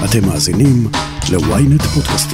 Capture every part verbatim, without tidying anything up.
אתם מאזינים ל-ynet פודקאסטים.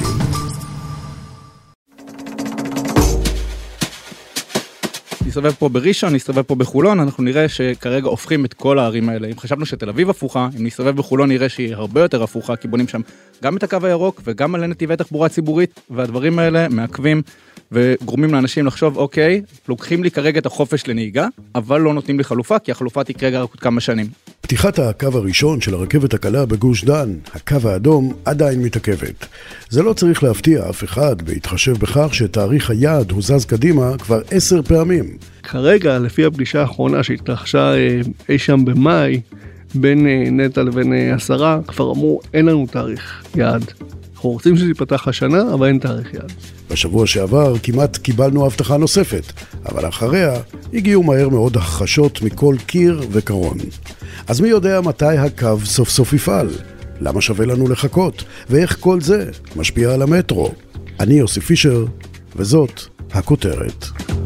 נסתובב פה בראשון, נסתובב פה בחולון, אנחנו נראה שכרגע הופכים את כל הערים האלה. אם חשבנו שתל אביב הפוכה, אם נסתובב בחולון נראה שהיא הרבה יותר הפוכה, כי בונים שם גם את הקו הירוק וגם על נתיבי תחבורה ציבורית, והדברים האלה מעכבים וגורמים לאנשים לחשוב, אוקיי, לוקחים לי כרגע את החופש לנהיגה, אבל לא נותנים לי חלופה, כי החלופה תקרה רק עוד כמה שנים. פתיחת הקו הראשון של הרכבת הקלה בגוש דן, הקו האדום, עדיין מתעכבת. זה לא צריך להפתיע אף אחד בהתחשב בכך שתאריך היעד הוזז קדימה כבר עשר פעמים. כרגע, לפי הפגישה האחרונה שהתרחשה אי שם במאי, בין נטע לבין השרה, כבר אמרו, אין לנו תאריך יעד. אנחנו רוצים שזה ייפתח השנה, אבל אין תאריך יעד. בשבוע שעבר כמעט קיבלנו הבטחה נוספת, אבל אחריה הגיעו מהר מאוד הכחשות מכל קיר וקרון. אז מי יודע מתי הקו סוף סוף יפעל? למה שווה לנו לחכות? ואיך כל זה משפיע על המטרו? אני יוסי פישר, וזאת הכותרת.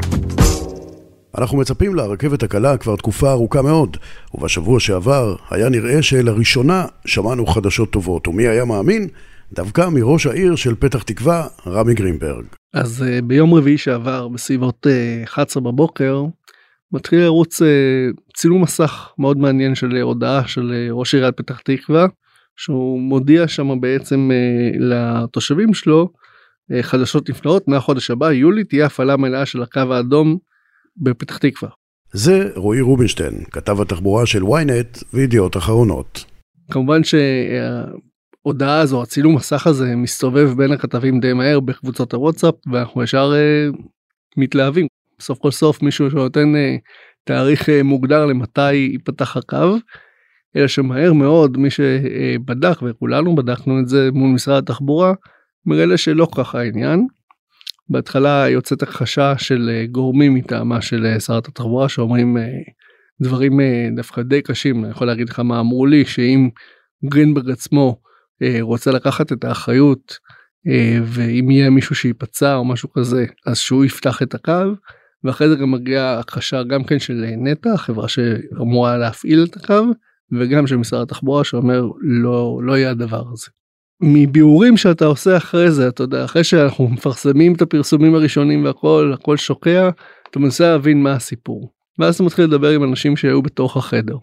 אנחנו מצפים לרכבת הקלה כבר תקופה ארוכה מאוד, ובשבוע שעבר היה נראה שלראשונה שמענו חדשות טובות, ומי היה מאמין? דווקא מראש העיר של פתח תקווה, רמי גרינברג. אז ביום רביעי שעבר, בסביבות אחת עשרה בבוקר, מתחיל לרוץ צילום מסך מאוד מעניין של הודעה של ראש עיריית פתח תקווה, שהוא מודיע שם בעצם לתושבים שלו, חדשות נפלאות, מהחודש הבא, יולי, תהיה הפעלה מלאה של הקו האדום בפתח תקווה. זה רועי רובינשטיין, כתב התחבורה של ynet וידיעות אחרונות. כמובן שההודעה הזו, הצילום מסך הזה, מסתובב בין הכתבים די מהר בקבוצות הוואטסאפ, ואנחנו ישר מתלהבים. סוף כל סוף מישהו שנותן תאריך מוגדר למתי ייפתח הקו, אלא שמהר מאוד מי שבדק, וכולנו בדקנו את זה מול משרד התחבורה, מראה שלא ככה העניין. בהתחלה יוצאת הכחשה של גורמים מטעמה של שרת התחבורה, שאומרים דברים דווקא די קשים. אני יכול להגיד לך מה אמרו לי, שאם גרינברג עצמו רוצה לקחת את האחריות, ואם יהיה מישהו שיפצע או משהו כזה, אז שהוא יפתח את הקו, ואחרי זה גם מגיעה הכחשה גם כן של נטע, החברה שאמורה להפעיל את הקו, וגם של משרד התחבורה שאומר לא, לא יהיה הדבר הזה. מביאורים שאתה עושה אחרי זה, אתה יודע, אחרי שאנחנו מפרסמים את הפרסומים הראשונים והכל, הכל שוקע, אתה מנסה להבין מה הסיפור. ואז אתה מתחיל לדבר עם אנשים שהיו בתוך החדר.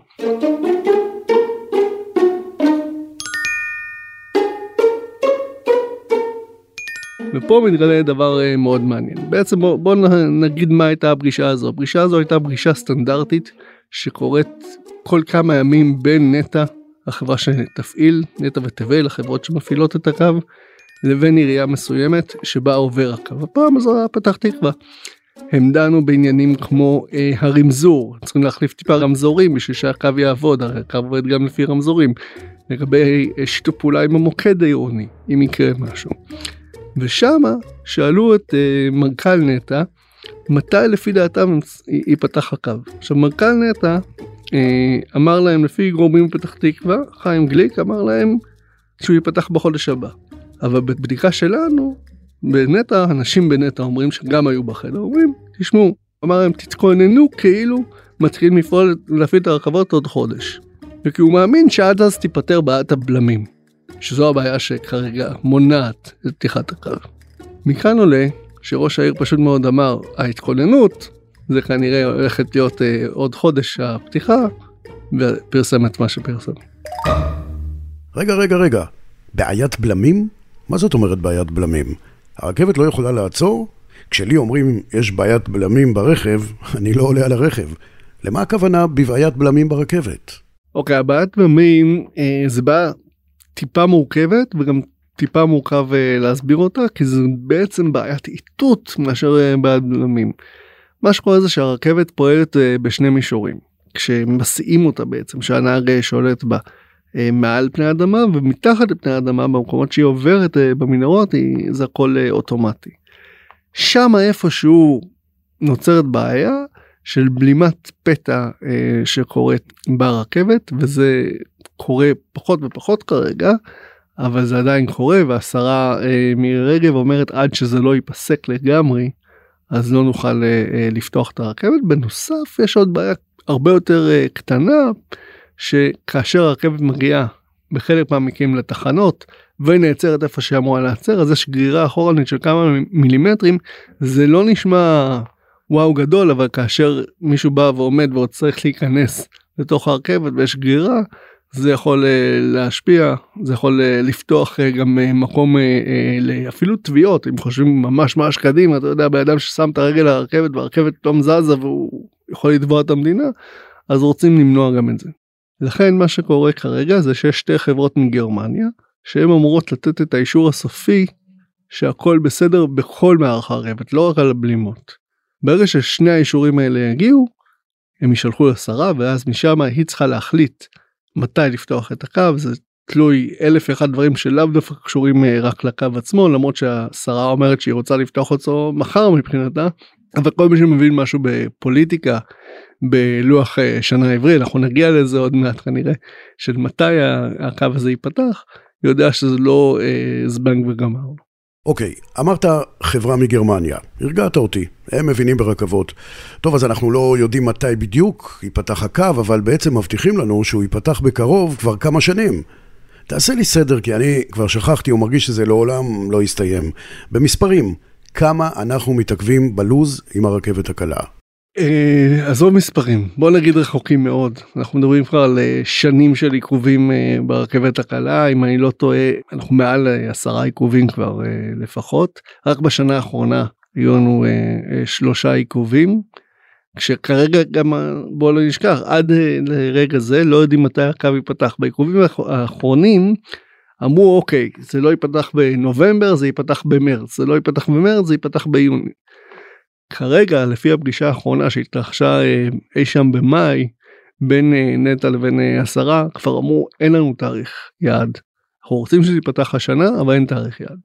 ופה מתגלה דבר מאוד מעניין. בעצם בוא, בוא נגיד מה הייתה הפגישה הזו. הפגישה הזו הייתה פגישה סטנדרטית שקורית כל כמה ימים בין נטע, החברה שתפעיל, נטע ותבל, החברות שמפעילות את הקו, לבין עירייה מסוימת שבה עובר הקו. הפעם הזו היה פתח תקווה. הם דנו בעניינים כמו אה, הרמזור, צריכים להחליף טיפה רמזורים בשביל שהקו יעבוד, הרי הקו עובד גם לפי רמזורים, לגבי אה, שיתוף פעולה עם המוקד העירוני, אם יקרה משהו. ושמה שאלו את אה, מנכ"ל נטע, מתי לפי דעתם ייפתח הקו. עכשיו מנכ"ל נטע אה, אמר להם לפי גורמים בפתח תקווה, חיים גליק אמר להם שהוא ייפתח בחודש הבא. אבל בבדיקה שלנו, בנטע, אנשים בנטע אומרים שגם היו בחדר, אומרים, תשמעו, אמר להם תתכוננו כאילו מתחילים לפעול להפעיל את הרכבות עוד חודש. וכי הוא מאמין שעד אז תיפטר בעיית הבלמים, שזו הבעיה שכרגע מונעת את פתיחת הקו. מכאן עולה שראש העיר פשוט מאוד אמר, ההתכוננות, זה כנראה הולכת להיות אה, עוד חודש הפתיחה, ופרסם את מה שפרסם. רגע, רגע, רגע. בעיית בלמים? מה זאת אומרת בעיית בלמים? הרכבת לא יכולה לעצור? כשלי אומרים יש בעיית בלמים ברכב, אני לא עולה על הרכב. למה הכוונה בבעיית בלמים ברכבת? אוקיי, הבעיית בלמים אה, זה בעיה טיפה מורכבת, וגם טיפה מורכב אה, להסביר אותה, כי זה בעצם בעיית איתות מאשר אה, בעיית בלמים. מה שקורה זה שהרכבת פועלת אה, בשני מישורים. כשמסיעים אותה בעצם, שהנהג שולט בה אה, מעל פני האדמה, ומתחת לפני האדמה, במקומות שהיא עוברת אה, במנהרות, היא, זה הכל אה, אוטומטי. שם איפשהו נוצרת בעיה של בלימת פתע אה, שקורית ברכבת, וזה קורה פחות ופחות כרגע, אבל זה עדיין קורה, והשרה אה, מירי רגב אומרת עד שזה לא ייפסק לגמרי, אז לא נוכל אה, אה, לפתוח את הרכבת. בנוסף יש עוד בעיה הרבה יותר אה, קטנה, שכאשר הרכבת מגיעה בחלק מהמקרים לתחנות, ונעצרת איפה שאמורה לעצר, אז יש גרירה אחורנית של כמה מילימטרים, זה לא נשמע וואו גדול, אבל כאשר מישהו בא ועומד ועוד צריך להיכנס לתוך הרכבת ויש גרירה, זה יכול להשפיע, זה יכול לפתוח גם מקום אפילו תביעות, אם חושבים ממש ממש קדימה, אתה יודע, באדם ששם את הרגל לרכבת והרכבת לא מזזה והוא יכול לתבוע את המדינה, אז רוצים למנוע גם את זה. לכן מה שקורה כרגע זה שיש שתי חברות מגרמניה, שהן אמורות לתת את האישור הסופי שהכל בסדר בכל מערך הרכבת, לא רק על הבלימות. ברגע ששני האישורים האלה יגיעו, הם ישלחו לשרה, ואז משם היא צריכה להחליט מתי לפתוח את הקו. זה תלוי אלף ואחד דברים שלאו דווקא קשורים רק לקו עצמו, למרות שהשרה אומרת שהיא רוצה לפתוח אותו מחר מבחינתה, אבל כל מי שמבין משהו בפוליטיקה, בלוח שנה עברי, אנחנו נגיע לזה עוד מעט כנראה, של מתי הקו הזה ייפתח, יודע שזה לא אה, זבנג וגמרנו. אוקיי, אמרת חברה מגרמניה, הרגעת אותי, הם מבינים ברכבות. טוב, אז אנחנו לא יודעים מתי בדיוק ייפתח הקו, אבל בעצם מבטיחים לנו שהוא ייפתח בקרוב כבר כמה שנים. תעשה לי סדר, כי אני כבר שכחתי ומרגיש שזה לעולם לא יסתיים. במספרים, כמה אנחנו מתעכבים בלוז עם הרכבת הקלה? עזוב מספרים, בוא נגיד רחוקים מאוד. אנחנו מדברים כבר על שנים של עיכובים ברכבת הקלה, אם אני לא טועה, אנחנו מעל עשרה עיכובים כבר לפחות. רק בשנה האחרונה היו לנו שלושה עיכובים, כשכרגע גם, בוא לא נשכח, עד לרגע זה לא יודעים מתי הקו ייפתח. בעיכובים האחרונים אמרו, אוקיי, זה לא ייפתח בנובמבר, זה ייפתח במרץ, זה לא ייפתח במרץ, זה ייפתח ביוני. כרגע, לפי הפגישה האחרונה שהתרחשה אי שם במאי, בין נטע לבין השרה, כבר אמרו, אין לנו תאריך יעד. אנחנו רוצים שזה ייפתח השנה, אבל אין תאריך יעד.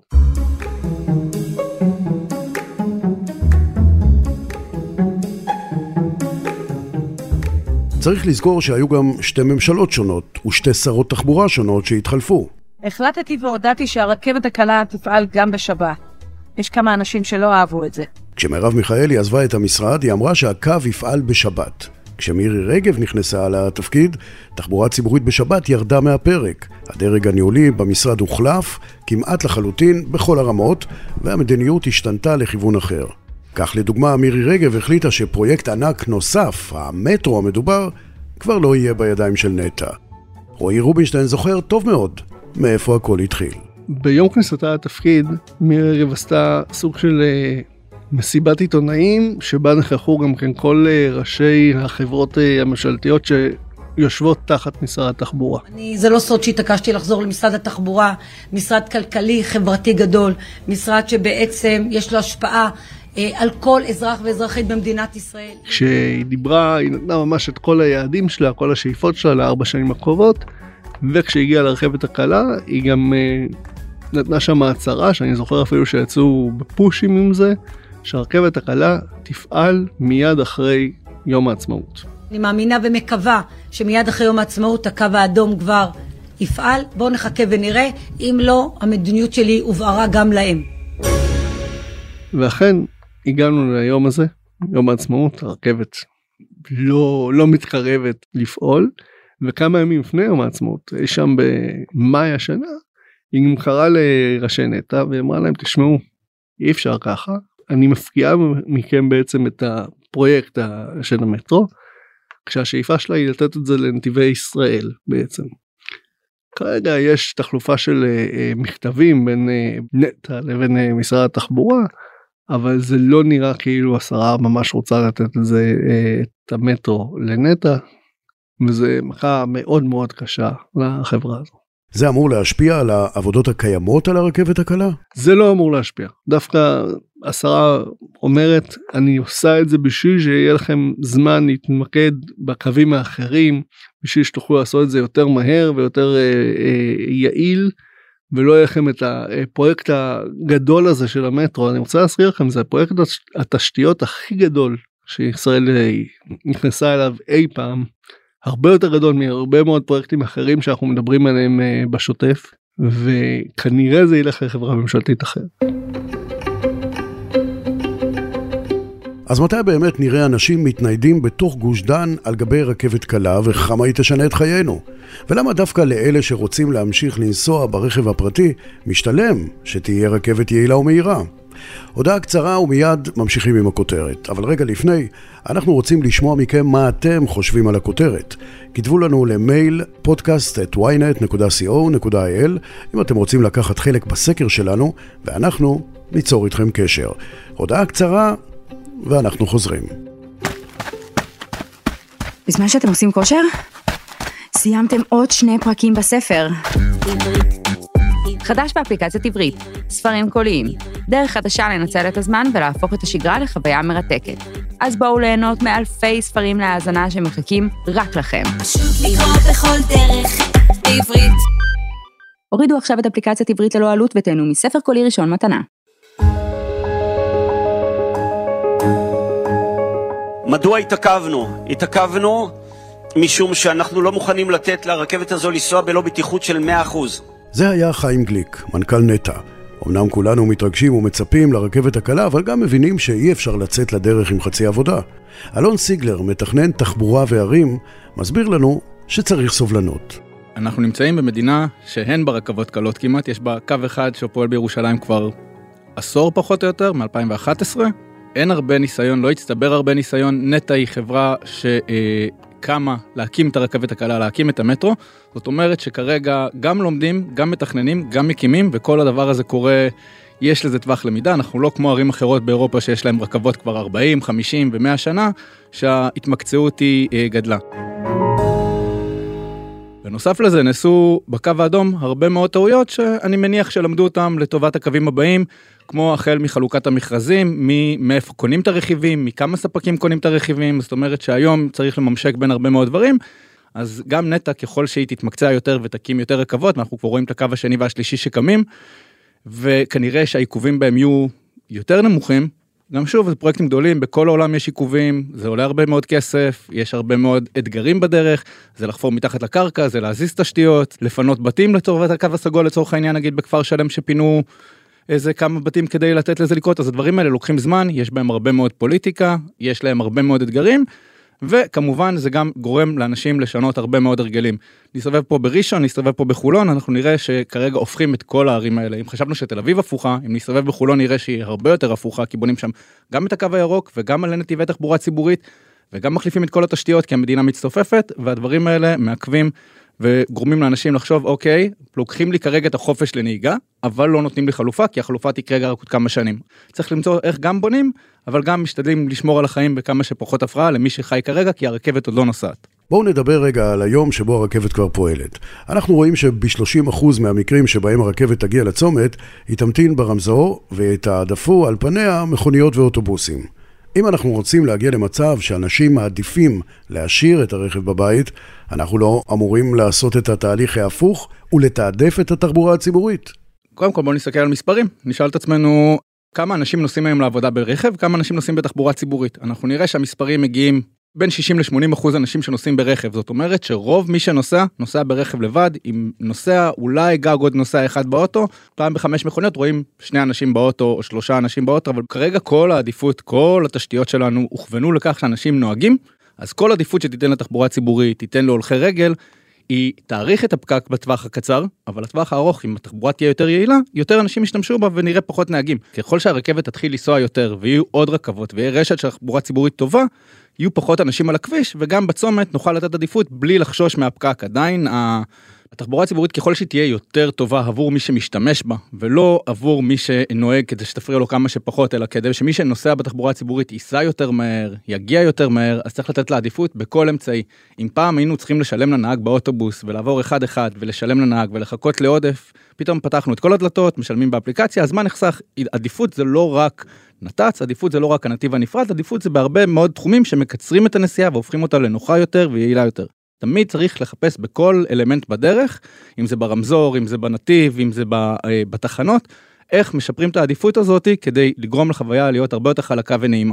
צריך לזכור שהיו גם שתי ממשלות שונות, ושתי שרות תחבורה שונות שהתחלפו. החלטתי והודעתי שהרכבת הקלה תפעל גם בשבת. יש כמה אנשים שלא אהבו את זה. כשמרב מיכאלי עזבה את המשרד, היא אמרה שהקו יפעל בשבת. כשמירי רגב נכנסה לתפקיד, תחבורה ציבורית בשבת ירדה מהפרק. הדרג הניהולי במשרד הוחלף כמעט לחלוטין בכל הרמות, והמדיניות השתנתה לכיוון אחר. כך לדוגמה, מירי רגב החליטה שפרויקט ענק נוסף, המטרו המדובר, כבר לא יהיה בידיים של נטע. רועי רובינשטיין זוכר טוב מאוד מאיפה הכל התחיל. ביום כניסתה לתפקיד, מירי רגב עשתה סוג של מסיבת עיתונאים, שבה נכחו גם כן כל ראשי החברות הממשלתיות שיושבות תחת משרד התחבורה. אני, זה לא סוד שהתעקשתי לחזור למשרד התחבורה, משרד כלכלי, חברתי גדול, משרד שבעצם יש לו השפעה על כל אזרח ואזרחית במדינת ישראל. כשהיא דיברה, היא נתנה ממש את כל היעדים שלה, כל השאיפות שלה לארבע שנים הקרובות, וכשהגיעה לרכבת הקלה, היא גם נתנה שם הצהרה, שאני זוכר אפילו שיצאו בפושים עם זה, שהרכבת הקלה תפעל מיד אחרי יום העצמאות. אני מאמינה ומקווה שמיד אחרי יום העצמאות הקו האדום כבר יפעל. בואו נחכה ונראה, אם לא, המדיניות שלי הובהרה גם להם. ואכן, הגענו ליום הזה, יום העצמאות, הרכבת לא, לא מתקרבת לפעול, וכמה ימים לפני יום העצמאות, שם במאי השנה, היא גם קראה לראשי נטע, ואמרה להם, תשמעו, אי אפשר ככה, אני מפקיעה מכם בעצם את הפרויקט של המטרו, כשהשאיפה שלה היא לתת את זה לנתיבי ישראל בעצם. כרגע יש תחלופה של מכתבים בין נטע לבין משרד התחבורה, אבל זה לא נראה כאילו השרה ממש רוצה לתת את זה, את המטרו לנטע, וזה מכה מאוד מאוד קשה לחברה הזו. זה אמור להשפיע על העבודות הקיימות על הרכבת הקלה? זה לא אמור להשפיע. דווקא השרה אומרת, אני עושה את זה בשביל שיהיה לכם זמן להתמקד בקווים האחרים, בשביל שתוכלו לעשות את זה יותר מהר ויותר אה, אה, יעיל, ולא יהיה לכם את הפרויקט הגדול הזה של המטרו. אני רוצה להזכיר לכם, זה הפרויקט התשתיות הכי גדול שישראל נכנסה אליו אי פעם, הרבה יותר גדול מהרבה מאוד פרויקטים אחרים שאנחנו מדברים עליהם בשוטף, וכנראה זה ילך לחברה ממשלתית אחרת. אז מתי באמת נראה אנשים מתניידים בתוך גוש דן על גבי רכבת קלה, וכמה היא תשנה את חיינו? ולמה דווקא לאלה שרוצים להמשיך לנסוע ברכב הפרטי, משתלם שתהיה רכבת יעילה ומהירה? הודעה קצרה ומיד ממשיכים עם הכותרת. אבל רגע לפני, אנחנו רוצים לשמוע מכם מה אתם חושבים על הכותרת. כתבו לנו למייל פודקאסט את וואי נט נקודה סי או נקודה איי אל אם אתם רוצים לקחת חלק בסקר שלנו, ואנחנו ניצור איתכם קשר. הודעה קצרה ואנחנו חוזרים. בזמן שאתם עושים כושר, סיימתם עוד שני פרקים בספר. חדש באפליקציית עברית, ספרים קוליים, דרך חדשה לנצל את הזמן ולהפוך את השגרה לחוויה מרתקת. אז בואו ליהנות מאלפי ספרים להאזנה שמחכים רק לכם. פשוט לקרוא בכל דרך בעברית. הורידו עכשיו את אפליקציית עברית ללא עלות ותהנו מספר קולי ראשון מתנה. מדוע התעכבנו? התעכבנו משום שאנחנו לא מוכנים לתת לרכבת הזו לנסוע בלא בטיחות של מאה אחוז. זה היה חיים גליק, מנכ"ל נטה. אמנם כולנו מתרגשים ומצפים לרכבת הקלה, אבל גם מבינים שאי אפשר לצאת לדרך עם חצי עבודה. אלון סיגלר, מתכנן תחבורה וערים, מסביר לנו שצריך סובלנות. אנחנו נמצאים במדינה שהן ברכבות קלות כמעט, יש בה קו אחד שפועל בירושלים כבר עשור פחות או יותר, מ-אלפיים ואחת עשרה. אין הרבה ניסיון, לא הצטבר הרבה ניסיון. נטה היא חברה שקמה להקים את הרכבת הקלה, להקים את המטרו. זאת אומרת שכרגע גם לומדים, גם מתכננים, גם מקימים, וכל הדבר הזה קורה, יש לזה טווח למידה. אנחנו לא כמו ערים אחרות באירופה שיש להם רכבות כבר ארבעים, חמישים ומאה שנה, שההתמקצעות היא גדלה. בנוסף לזה נעשו בקו האדום הרבה מאוד טעויות שאני מניח שלמדו אותם לטובת הקווים הבאים, כמו החל מחלוקת המכרזים, מאיפה קונים את הרכיבים, מכמה ספקים קונים את הרכיבים. זאת אומרת שהיום צריך לממשק בין הרבה מאוד דברים, אז גם נטה ככל שהיא תתמקצע יותר ותקים יותר רכבות, אנחנו כבר רואים את הקו השני והשלישי שקמים, וכנראה שהעיכובים בהם יהיו יותר נמוכים. גם שוב, זה פרויקטים גדולים, בכל העולם יש עיכובים, זה עולה הרבה מאוד כסף, יש הרבה מאוד אתגרים בדרך, זה לחפור מתחת לקרקע, זה להזיז תשתיות, לפנות בתים לטובת הקו הסגול, לצורך העניין, נגיד בכפר שלם שפינו איזה כמה בתים כדי לתת לזה לקרות, אז הדברים האלה לוקחים זמן, יש בהם הרבה מאוד פוליטיקה, יש להם הרבה מאוד אתגרים, וכמובן זה גם גורם לאנשים לשנות הרבה מאוד הרגלים. נסתובב פה בראשון, נסתובב פה בחולון, אנחנו נראה שכרגע הופכים את כל הערים האלה. אם חשבנו שתל אביב הפוכה, אם נסתובב בחולון נראה שהיא הרבה יותר הפוכה, כי בונים שם גם את הקו הירוק וגם על נתיבי תחבורה ציבורית, וגם מחליפים את כל התשתיות כי המדינה מצטופפת, והדברים האלה מעכבים וגורמים לאנשים לחשוב, אוקיי, לוקחים לי כרגע את החופש לנהיגה, אבל לא נותנים לי חלופה, כי החלופה תקרה רק עוד כמה שנים. צריך למצוא איך גם בונים, אבל גם משתדלים לשמור על החיים בכמה שפחות הפרעה למי שחי כרגע, כי הרכבת עוד לא נוסעת. בואו נדבר רגע על היום שבו הרכבת כבר פועלת. אנחנו רואים שב-שלושים אחוז מהמקרים שבהם הרכבת תגיע לצומת, היא תמתין ברמזור ותעדפו על פניה מכוניות ואוטובוסים. אם אנחנו רוצים להגיע למצב שאנשים מעדיפים להשאיר את הרכב בבית, אנחנו לא אמורים לעשות את התהליך ההפוך ולתעדף את התחבורה הציבורית. קודם כל בואו נסתכל על מספרים. נשאל את עצמנו כמה אנשים נוסעים היום לעבודה ברכב, כמה אנשים נוסעים בתחבורה ציבורית. אנחנו נראה שהמספרים מגיעים בין שישים לשמונים אחוז אנשים שנוסעים ברכב. זאת אומרת שרוב מי שנוסע, נוסע ברכב לבד, אם נוסע אולי גג עוד נוסע אחד באוטו, פעם בחמש מכוניות רואים שני אנשים באוטו או שלושה אנשים באוטו, אבל כרגע כל העדיפות, כל התשתיות שלנו הוכוונו לכך שאנשים נוהגים, אז כל עדיפות שתיתן לתחבורה ציבורית, תיתן להולכי רגל, היא תאריך את הפקק בטווח הקצר, אבל לטווח הארוך, אם התחבורה תהיה יותר יעילה, יותר אנשים ישתמשו בה ונראה פחות נהגים. ככל שהרכבת תתחיל לנסוע יותר ויהיו עוד רכבות ויהיה רשת של תחבורה ציבורית טובה, יהיו פחות אנשים על הכביש, וגם בצומת נוכל לתת עדיפות בלי לחשוש מהפקק. עדיין התחבורה הציבורית ככל שהיא תהיה יותר טובה עבור מי שמשתמש בה, ולא עבור מי שנוהג כדי שתפריע לו כמה שפחות, אלא כדי שמי שנוסע בתחבורה הציבורית ייסע יותר מהר, יגיע יותר מהר, אז צריך לתת לה עדיפות בכל אמצעי. אם פעם היינו צריכים לשלם לנהג באוטובוס, ולעבור אחד אחד, ולשלם לנהג, ולחכות לעודף, פתאום פתחנו את כל הדלתות, משלמים באפליקציה, אז מה נחסך? עדיפות זה לא רק נת"צ, עדיפות זה לא רק הנתיב הנפרד, עדיפות זה בהרבה מאוד תחומים שמקצרים את הנסיעה והופכים אותה לנוחה יותר ויעילה יותר. תמיד צריך לחפש בכל אלמנט בדרך, אם זה ברמזור, אם זה בנתיב, אם זה בתחנות, איך משפרים את העדיפות הזאת כדי לגרום לחוויה להיות הרבה יותר חלקה ונעימה.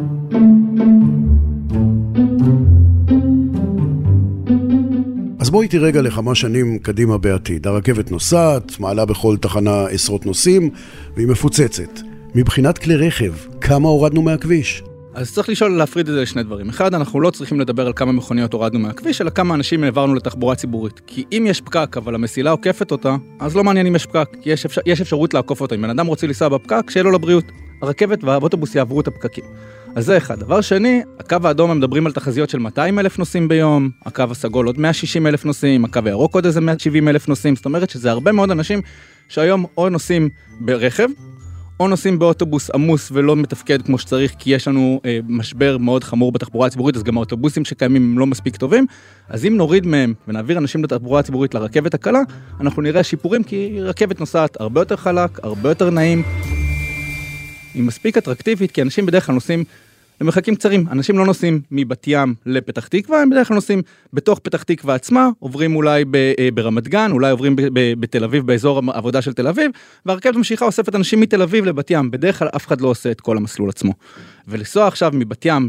אז בואי תראי רגע לכמה שנים קדימה בעתיד. הרכבת נוסעת, מעלה בכל תחנה עשרות נוסעים, והיא מפוצצת. מבחינת כלי רכב, כמה הורדנו מהכביש? אז צריך לשאול להפריד את זה לשני דברים. אחד, אנחנו לא צריכים לדבר על כמה מכוניות הורדנו מהכביש, אלא כמה אנשים העברנו לתחבורה ציבורית. כי אם יש פקק, אבל המסילה עוקפת אותה, אז לא מעניין אם יש פקק, כי יש, אפשר, יש אפשרות לעקוף אותה. אם בן אדם רוצה לנסוע בפקק, שיהיה לו לבריאות. הרכבת והאוטובוס יעברו את הפקקים. אז זה אחד. דבר שני, הקו האדום הם מדברים על תחזיות של מאתיים אלף נוסעים ביום, הקו הסגול עוד מאה ושישים אלף נוסעים, הקו הירוק עוד איזה מאה ושבעים אלף נוסעים. זאת אומרת שזה הרבה מאוד אנשים שהיום או נוסעים ברכב, או נוסעים באוטובוס עמוס ולא מתפקד כמו שצריך, כי יש לנו אה, משבר מאוד חמור בתחבורה הציבורית, אז גם האוטובוסים שקיימים הם לא מספיק טובים. אז אם נוריד מהם ונעביר אנשים לתחבורה הציבורית לרכבת הקלה, אנחנו נראה שיפורים, כי רכבת נוסעת הרבה יותר חלק, הרבה יותר נעים. היא מספיק אטרקטיבית, כי אנשים בדרך כלל נוסעים למרחקים קצרים. אנשים לא נוסעים מבת ים לפתח תקווה, הם בדרך כלל נוסעים בתוך פתח תקווה עצמה, עוברים אולי ברמת גן, אולי עוברים בתל אביב, באזור העבודה של תל אביב, והרכבת ממשיכה אוספת אנשים מתל אביב לבת ים. בדרך כלל אף אחד לא עושה את כל המסלול עצמו. ולנסוע עכשיו מבת ים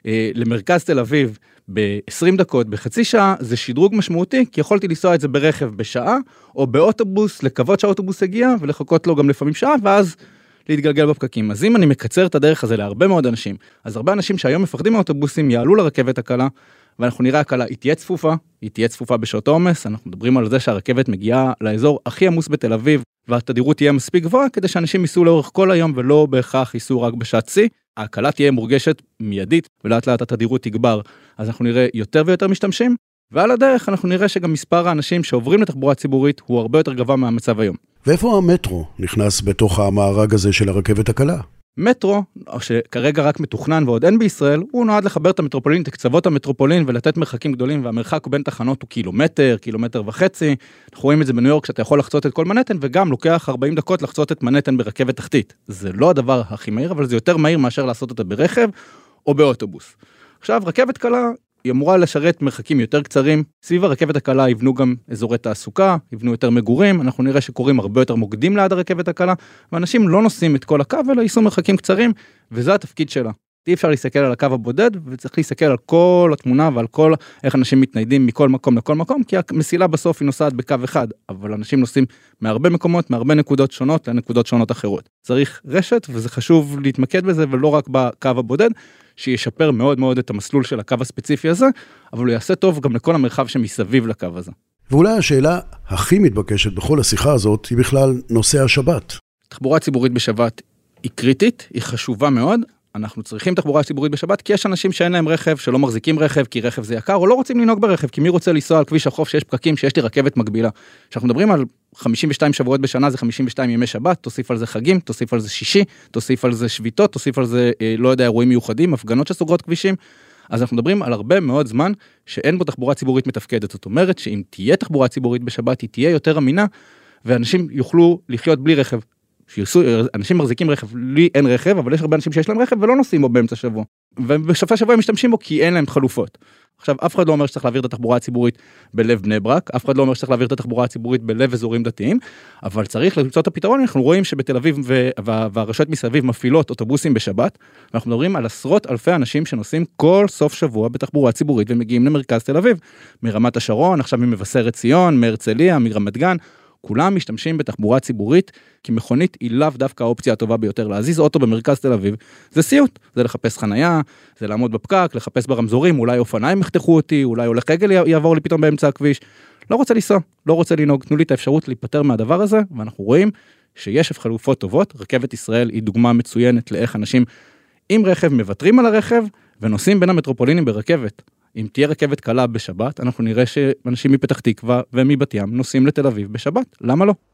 למרכז תל אביב ב-עשרים דקות, בחצי שעה, זה שדרוג משמעותי, כי יכולתי לנסוע את זה ברכב בשעה, או באוטובוס, לקוות שהאוטובוס הגיע, ולחכות לו גם לפעמים שעה, ואז להתגלגל בפקקים. אז אם אני מקצר את הדרך הזה להרבה מאוד אנשים, אז הרבה אנשים שהיום מפחדים מהאוטובוסים יעלו לרכבת הקלה, ואנחנו נראה הקלה, היא תהיה צפופה, היא תהיה צפופה בשעות העומס, אנחנו מדברים על זה שהרכבת מגיעה לאזור הכי עמוס בתל אביב, והתדירות תהיה מספיק גבוהה, כדי שאנשים ייסעו לאורך כל היום, ולא בהכרח ייסעו רק בשעת שיא. ההקלה תהיה מורגשת מיידית, ולאט לאט התדירות תגבר, אז אנחנו נראה יותר ויותר משתמשים, ועל הדרך אנחנו נראה שגם מספר האנשים שעוברים לתחבורה ציבורית הוא הרבה יותר גבוה מהמצב היום. ואיפה המטרו נכנס בתוך המארג הזה של הרכבת הקלה? מטרו, שכרגע רק מתוכנן ועוד אין בישראל, הוא נועד לחבר את המטרופולין, את קצוות המטרופולין ולתת מרחקים גדולים, והמרחק בין תחנות הוא קילומטר, קילומטר וחצי. אנחנו רואים את זה בניו יורק שאתה יכול לחצות את כל מנהטן, וגם לוקח ארבעים דקות לחצות את מנהטן ברכבת תחתית. זה לא הדבר הכי מהיר, אבל זה יותר מהיר מאשר לעשות אותה ברכב או באוטובוס. עכשיו, רכבת קלה היא אמורה לשרת מרחקים יותר קצרים. סביב הרכבת הקלה יבנו גם אזורי תעסוקה, יבנו יותר מגורים, אנחנו נראה שקוראים הרבה יותר מוקדים ליד הרכבת הקלה, ואנשים לא נוסעים את כל הקו, אלא ייסעו מרחקים קצרים, וזה התפקיד שלה. אי אפשר להסתכל על הקו הבודד, וצריך להסתכל על כל התמונה, ועל כל איך אנשים מתניידים מכל מקום לכל מקום, כי המסילה בסוף היא נוסעת בקו אחד, אבל אנשים נוסעים מהרבה מקומות, מהרבה נקודות שונות, לנקודות שונות אחרות. צריך רשת, וזה חשוב להתמקד בזה, ולא רק בקו הבודד, שישפר מאוד מאוד את המסלול של הקו הספציפי הזה, אבל הוא יעשה טוב גם לכל המרחב שמסביב לקו הזה. ואולי השאלה הכי מתבקשת בכל השיחה הזאת, היא בכלל נושא השבת. תחבורה ציבורית בשבת היא קריטית, היא חשובה מאוד, אנחנו צריכים תחבורה ציבורית בשבת, כי יש אנשים שאין להם רכב, שלא מחזיקים רכב, כי רכב זה יקר, או לא רוצים לנהוג ברכב, כי מי רוצה לנסוע על כביש החוף שיש פקקים, שיש לי רכבת מקבילה. כשאנחנו מדברים על חמישים ושתיים שבועות בשנה, זה חמישים ושתיים ימי שבת, תוסיף על זה חגים, תוסיף על זה שישי, תוסיף על זה שביתות, תוסיף על זה, לא יודע, אירועים מיוחדים, הפגנות שסוגרות כבישים. אז אנחנו מדברים על הרבה מאוד זמן שאין בו תחבורה ציבורית מתפקדת. זאת אומרת שאם תהיה תחבורה ציבורית בשבת, היא תהיה יותר אמינה, ואנשים יוכלו לחיות בלי רכב. שיוסו, אנשים מחזיקים רכב, לי אין רכב, אבל יש הרבה אנשים שיש להם רכב ולא נוסעים בו באמצע שבוע. ובשפה שבוע הם משתמשים בו כי אין להם חלופות. עכשיו, אף אחד לא אומר שצריך להעביר את התחבורה הציבורית בלב בני ברק, אף אחד לא אומר שצריך להעביר את התחבורה הציבורית בלב אזורים דתיים, אבל צריך למצוא את הפתרון. אנחנו רואים שבתל אביב והרשויות מסביב מפעילות אוטובוסים בשבת, ואנחנו מדברים על עשרות אלפי אנשים שנוסעים כל סוף שבוע בתחבורה ציבורית ומגיעים למרכז תל אביב, מרמת השרון, עכשיו ממבשרת ציון, מהרצליה, מרמת גן, כולם משתמשים בתחבורה ציבורית, כי מכונית היא לאו דווקא האופציה הטובה ביותר. להזיז אוטו במרכז תל אביב, זה סיוט. זה לחפש חנייה, זה לעמוד בפקק, לחפש ברמזורים, אולי אופניים יחתכו אותי, אולי הולך רגל יעבור לי פתאום באמצע הכביש. לא רוצה לנסוע, לא רוצה לנהוג. תנו לי את האפשרות להיפטר מהדבר הזה, ואנחנו רואים שיש חלופות טובות. רכבת ישראל היא דוגמה מצוינת לאיך אנשים עם רכב מוותרים על הרכב, ונוסעים בין המטרופולינים ברכבת. אם תהיה רכבת קלה בשבת, אנחנו נראה שאנשים מפתח תקווה ומבת ים נוסעים לתל אביב בשבת. למה לא?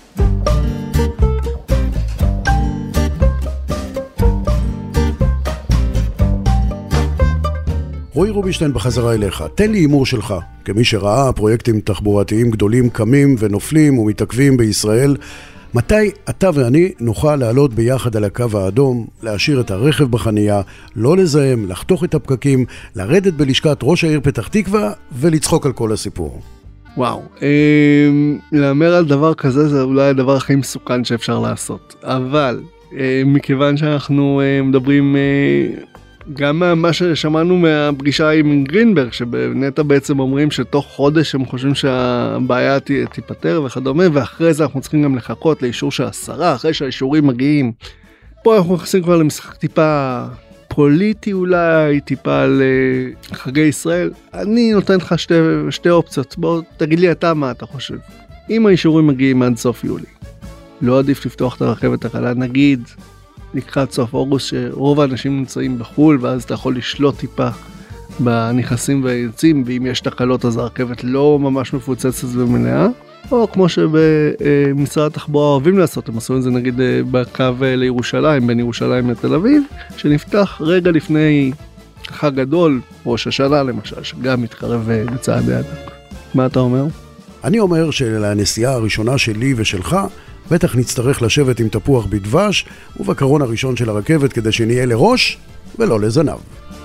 רועי רובינשטיין, בחזרה אליך. תן לי אימור שלך, כמי שראה פרויקטים תחבורתיים גדולים קמים ונופלים ומתעכבים בישראל. מתי אתה ואני נוכל לעלות ביחד על הקו האדום, להשאיר את הרכב בחנייה, לא לזהם, לחתוך את הפקקים, לרדת בלשכת ראש העיר פתח תקווה ולצחוק על כל הסיפור? וואו, אה, לאמר על דבר כזה זה אולי הדבר הכי מסוכן שאפשר לעשות. אבל אה, מכיוון שאנחנו אה, מדברים אה, גם מה ששמענו מהפגישה עם גרינברג, שבנטע בעצם אומרים שתוך חודש הם חושבים שהבעיה תיפטר וכדומה, ואחרי זה אנחנו צריכים גם לחכות לאישור של השרה, אחרי שהאישורים מגיעים. פה אנחנו נכנסים כבר למשחק טיפה פוליטי אולי, טיפה על uh, חגי ישראל. אני נותן לך שתי, שתי אופציות. בוא תגיד לי אתה מה אתה חושב. אם האישורים מגיעים עד סוף יולי, לא עדיף לפתוח את הרכבת הקלה, נגיד לקראת סוף אוגוסט שרוב האנשים נמצאים בחול, ואז אתה יכול לשלוט טיפה בנכסים והיוצאים, ואם יש תקלות אז הרכבת לא ממש מפוצצת ומלאה, או כמו שבמשרד התחבורה אוהבים לעשות, הם עשו את זה נגיד בקו לירושלים, בין ירושלים לתל אביב, שנפתח רגע לפני חג גדול, ראש השנה למשל, שגם מתקרב בצעדי ענק. מה אתה אומר? אני אומר שלנסיעה הראשונה שלי ושלך, בטח נצטרך לשבת עם תפוח בדבש, ובקרון הראשון של הרכבת כדי שנהיה לראש ולא לזנב.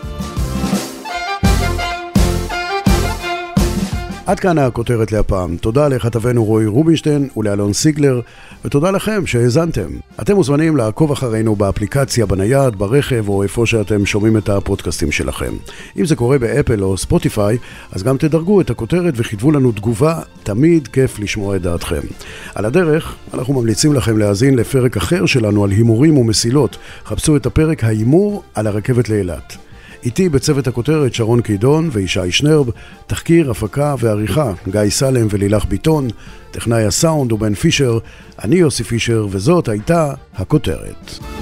עד כאן הכותרת להפעם. תודה לכתבנו רועי רובינשטיין ולאלון סיגלר, ותודה לכם שהאזנתם. אתם מוזמנים לעקוב אחרינו באפליקציה, בנייד, ברכב או איפה שאתם שומעים את הפודקאסטים שלכם. אם זה קורה באפל או ספוטיפיי, אז גם תדרגו את הכותרת וכתבו לנו תגובה, תמיד כיף לשמוע את דעתכם. על הדרך, אנחנו ממליצים לכם להאזין לפרק אחר שלנו על הימורים ומסילות. חפשו את הפרק ההימור על הרכבת לאילת. איתי בצוות הכותרת שרון קידון וישי שנרב, תחקיר, הפקה ועריכה גיא סלם ולילך ביטון, טכנאי הסאונד ובן פישר, אני יוסי פישר, וזאת הייתה הכותרת.